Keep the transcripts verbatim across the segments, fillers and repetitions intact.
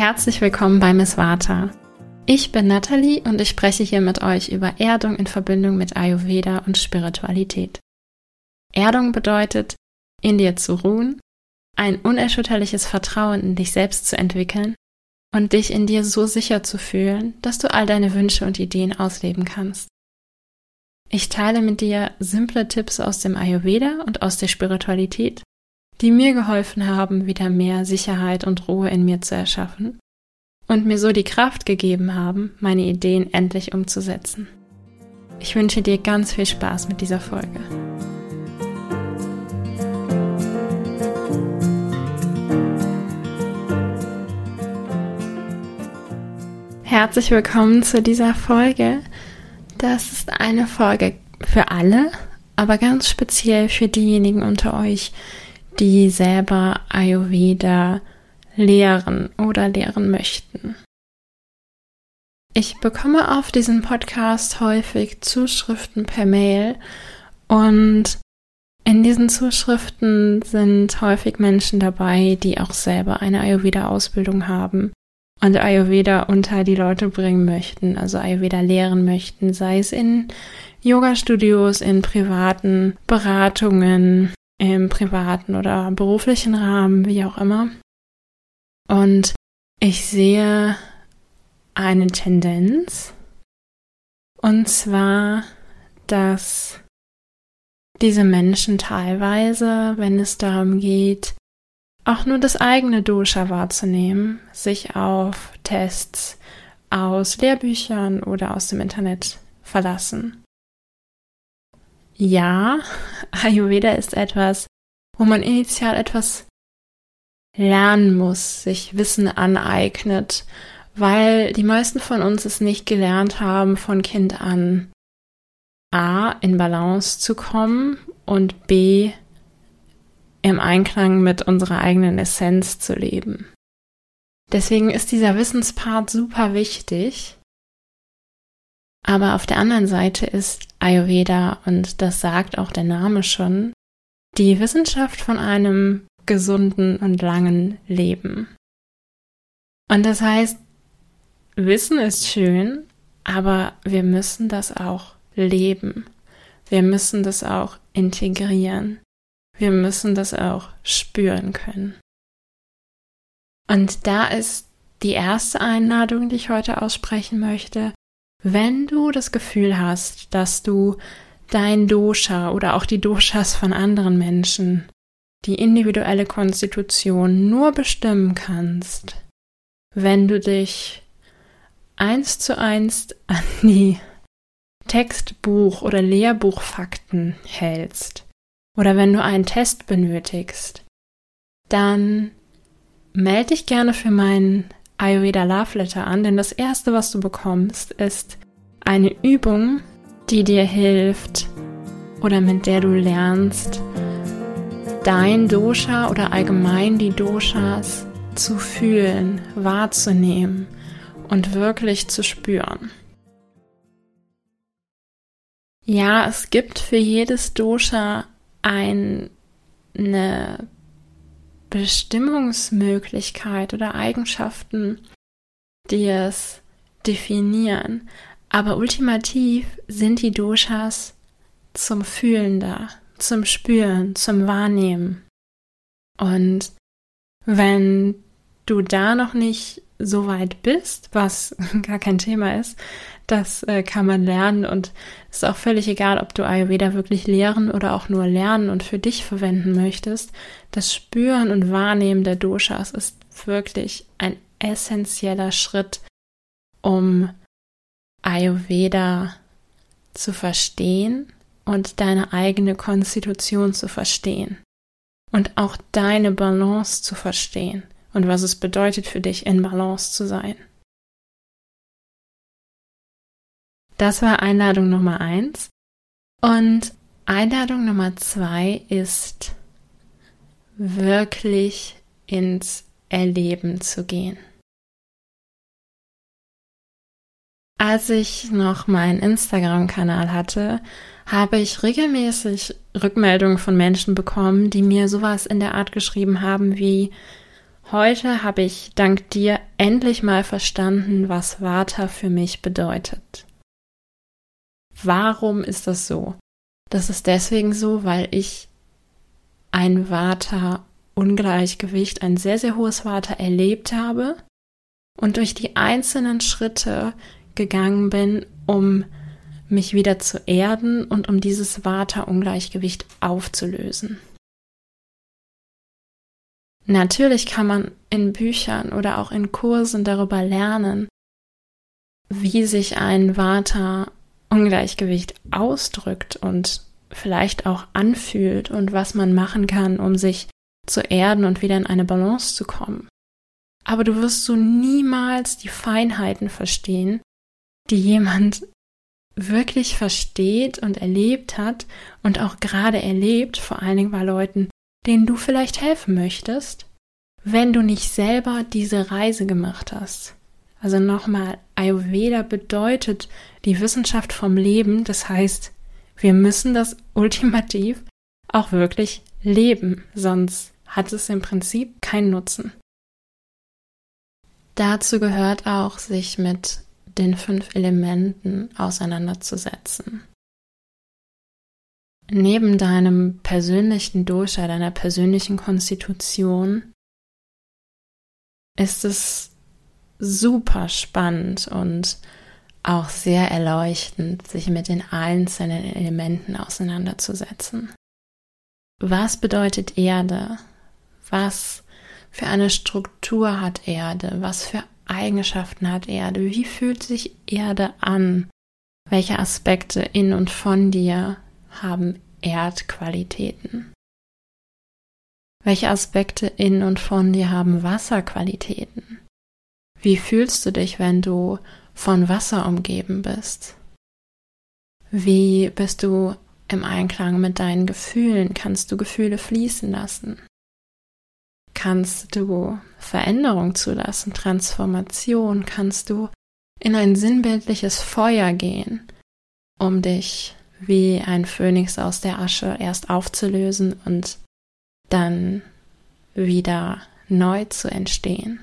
Herzlich willkommen bei Miss Vata. Ich bin Nathalie und ich spreche hier mit euch über Erdung in Verbindung mit Ayurveda und Spiritualität. Erdung bedeutet, in dir zu ruhen, ein unerschütterliches Vertrauen in dich selbst zu entwickeln und dich in dir so sicher zu fühlen, dass du all deine Wünsche und Ideen ausleben kannst. Ich teile mit dir simple Tipps aus dem Ayurveda und aus der Spiritualität, die mir geholfen haben, wieder mehr Sicherheit und Ruhe in mir zu erschaffen und mir so die Kraft gegeben haben, meine Ideen endlich umzusetzen. Ich wünsche dir ganz viel Spaß mit dieser Folge. Herzlich willkommen zu dieser Folge. Das ist eine Folge für alle, aber ganz speziell für diejenigen unter euch, die selber Ayurveda lehren oder lehren möchten. Ich bekomme auf diesen Podcast häufig Zuschriften per Mail und in diesen Zuschriften sind häufig Menschen dabei, die auch selber eine Ayurveda-Ausbildung haben und Ayurveda unter die Leute bringen möchten, also Ayurveda lehren möchten, sei es in Yoga-Studios, in privaten Beratungen, im privaten oder beruflichen Rahmen, wie auch immer. Und ich sehe eine Tendenz, und zwar, dass diese Menschen teilweise, wenn es darum geht, auch nur das eigene Dosha wahrzunehmen, sich auf Tests aus Lehrbüchern oder aus dem Internet verlassen. Ja, Ayurveda ist etwas, wo man initial etwas lernen muss, sich Wissen aneignet, weil die meisten von uns es nicht gelernt haben, von Kind an A, in Balance zu kommen und B, im Einklang mit unserer eigenen Essenz zu leben. Deswegen ist dieser Wissenspart super wichtig. Aber auf der anderen Seite ist Ayurveda, und das sagt auch der Name schon, die Wissenschaft von einem gesunden und langen Leben. Und das heißt, Wissen ist schön, aber wir müssen das auch leben. Wir müssen das auch integrieren. Wir müssen das auch spüren können. Und da ist die erste Einladung, die ich heute aussprechen möchte. Wenn du das Gefühl hast, dass du dein Dosha oder auch die Doshas von anderen Menschen, die individuelle Konstitution nur bestimmen kannst, wenn du dich eins zu eins an die Textbuch- oder Lehrbuchfakten hältst oder wenn du einen Test benötigst, dann melde dich gerne für meinen Ayurveda Love Letter an, denn das erste, was du bekommst, ist eine Übung, die dir hilft oder mit der du lernst, dein Dosha oder allgemein die Doshas zu fühlen, wahrzunehmen und wirklich zu spüren. Ja, es gibt für jedes Dosha ein, eine Bestimmungsmöglichkeit oder Eigenschaften, die es definieren. Aber ultimativ sind die Doshas zum Fühlen da, zum Spüren, zum Wahrnehmen. Und wenn du da noch nicht so weit bist, was gar kein Thema ist, das äh, kann man lernen, und es ist auch völlig egal, ob du Ayurveda wirklich lehren oder auch nur lernen und für dich verwenden möchtest. Das Spüren und Wahrnehmen der Doshas ist wirklich ein essentieller Schritt, um Ayurveda zu verstehen und deine eigene Konstitution zu verstehen und auch deine Balance zu verstehen und was es bedeutet für dich, in Balance zu sein. Das war Einladung Nummer eins. Und Einladung Nummer zwei ist, wirklich ins Erleben zu gehen. Als ich noch meinen Instagram-Kanal hatte, habe ich regelmäßig Rückmeldungen von Menschen bekommen, die mir sowas in der Art geschrieben haben wie: Heute habe ich dank dir endlich mal verstanden, was Vata für mich bedeutet. Warum ist das so? Das ist deswegen so, weil ich ein Vata-Ungleichgewicht, ein sehr, sehr hohes Vata erlebt habe und durch die einzelnen Schritte gegangen bin, um mich wieder zu erden und um dieses Vata-Ungleichgewicht aufzulösen. Natürlich kann man in Büchern oder auch in Kursen darüber lernen, wie sich ein Vata-Ungleichgewicht ausdrückt und vielleicht auch anfühlt und was man machen kann, um sich zu erden und wieder in eine Balance zu kommen. Aber du wirst so niemals die Feinheiten verstehen, die jemand wirklich versteht und erlebt hat und auch gerade erlebt, vor allen Dingen bei Leuten, denen du vielleicht helfen möchtest, wenn du nicht selber diese Reise gemacht hast. Also nochmal, Ayurveda bedeutet die Wissenschaft vom Leben, das heißt, wir müssen das ultimativ auch wirklich leben, sonst hat es im Prinzip keinen Nutzen. Dazu gehört auch, sich mit den fünf Elementen auseinanderzusetzen. Neben deinem persönlichen Dosha, deiner persönlichen Konstitution, ist es super spannend und auch sehr erleuchtend, sich mit den einzelnen Elementen auseinanderzusetzen. Was bedeutet Erde? Was für eine Struktur hat Erde? Was für Eigenschaften hat Erde? Wie fühlt sich Erde an? Welche Aspekte in und von dir haben Erdqualitäten? Welche Aspekte in und von dir haben Wasserqualitäten? Wie fühlst du dich, wenn du von Wasser umgeben bist? Wie bist du im Einklang mit deinen Gefühlen? Kannst du Gefühle fließen lassen? Kannst du Veränderung zulassen, Transformation? Kannst du in ein sinnbildliches Feuer gehen, um dich wie ein Phönix aus der Asche erst aufzulösen und dann wieder neu zu entstehen?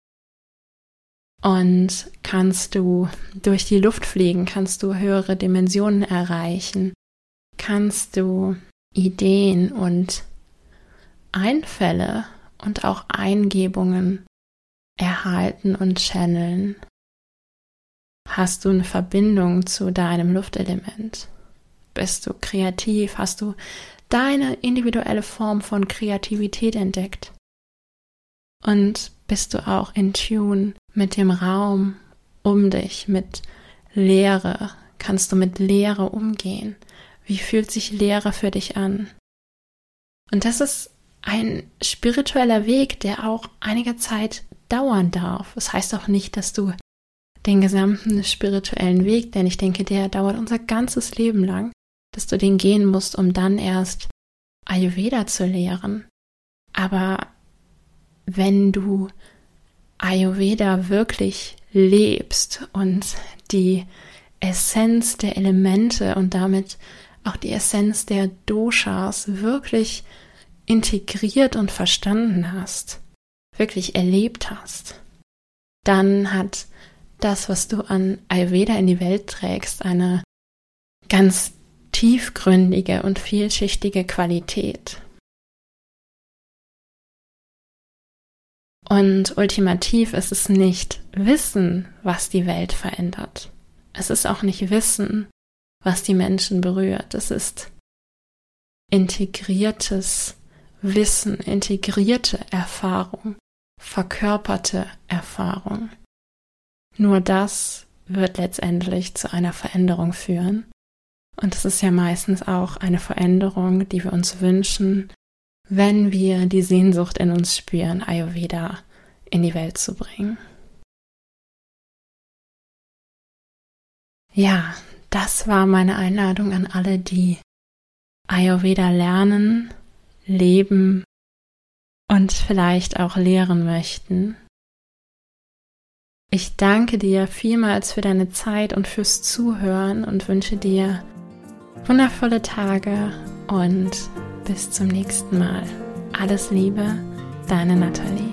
Und kannst du durch die Luft fliegen? Kannst du höhere Dimensionen erreichen? Kannst du Ideen und Einfälle und auch Eingebungen erhalten und channeln? Hast du eine Verbindung zu deinem Luftelement? Bist du kreativ? Hast du deine individuelle Form von Kreativität entdeckt? Und bist du auch in Tune mit dem Raum um dich, mit Leere? Kannst du mit Leere umgehen? Wie fühlt sich Leere für dich an? Und das ist ein spiritueller Weg, der auch einige Zeit dauern darf. Das heißt auch nicht, dass du den gesamten spirituellen Weg, denn ich denke, der dauert unser ganzes Leben lang, dass du den gehen musst, um dann erst Ayurveda zu lehren. Aber wenn du Ayurveda wirklich lebst und die Essenz der Elemente und damit auch die Essenz der Doshas wirklich integriert und verstanden hast, wirklich erlebt hast, dann hat das, was du an Ayurveda in die Welt trägst, eine ganz tiefgründige und vielschichtige Qualität. Und ultimativ ist es nicht Wissen, was die Welt verändert. Es ist auch nicht Wissen, was die Menschen berührt. Es ist integriertes Wissen, integrierte Erfahrung, verkörperte Erfahrung. Nur das wird letztendlich zu einer Veränderung führen. Und es ist ja meistens auch eine Veränderung, die wir uns wünschen, wenn wir die Sehnsucht in uns spüren, Ayurveda in die Welt zu bringen. Ja, das war meine Einladung an alle, die Ayurveda lernen, leben und vielleicht auch lehren möchten. Ich danke dir vielmals für deine Zeit und fürs Zuhören und wünsche dir wundervolle Tage und bis zum nächsten Mal. Alles Liebe, deine Nathalie.